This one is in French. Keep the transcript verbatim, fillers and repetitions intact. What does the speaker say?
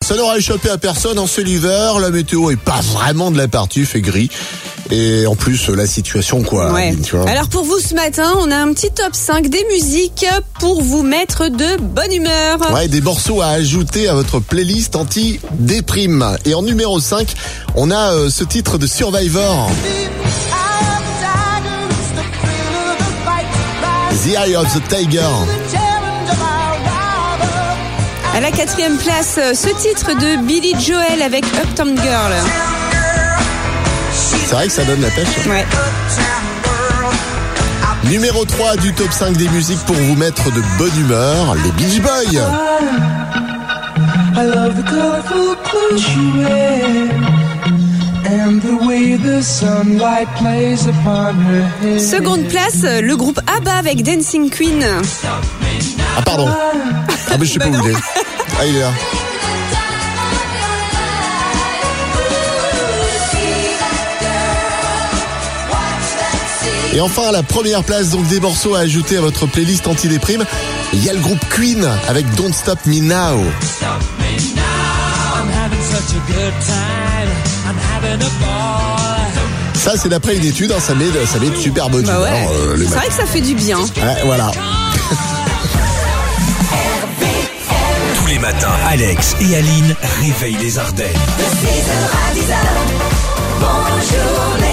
ça n'aura échappé à personne, en ce l'hiver, la météo est pas vraiment de la partie, il fait gris. Et en plus, la situation, quoi. Ouais. Tu vois. Alors pour vous ce matin, on a un petit top cinq des musiques pour vous mettre de bonne humeur. Ouais, des morceaux à ajouter à votre playlist anti-déprime. Et en numéro cinq, on a euh, ce titre de Survivor. The Eye of the Tiger. À la quatrième place, ce titre de Billy Joel avec Uptown Girl. C'est vrai que ça donne la pêche. Ouais. Numéro trois du top cinq des musiques pour vous mettre de bonne humeur, les Beach Boys. I love the colorful clothes you wear and the way the sunlight plays upon her hair. Seconde place, le groupe ABBA avec Dancing Queen. Ah pardon. Ah mais je sais Bah pas où non. il est. Ah il est là. Et enfin, à la première place, donc des morceaux à ajouter à votre playlist anti-déprime, il y a le groupe Queen avec Don't Stop Me Now. Ça, c'est d'après une étude, hein, ça met, ça met de super bonne Bah humeur, ouais. euh, les C'est vrai que ça fait du bien. Ouais, voilà. Tous les matins, Alex et Aline réveillent les Ardennes. De six heures à dix heures, bonjour les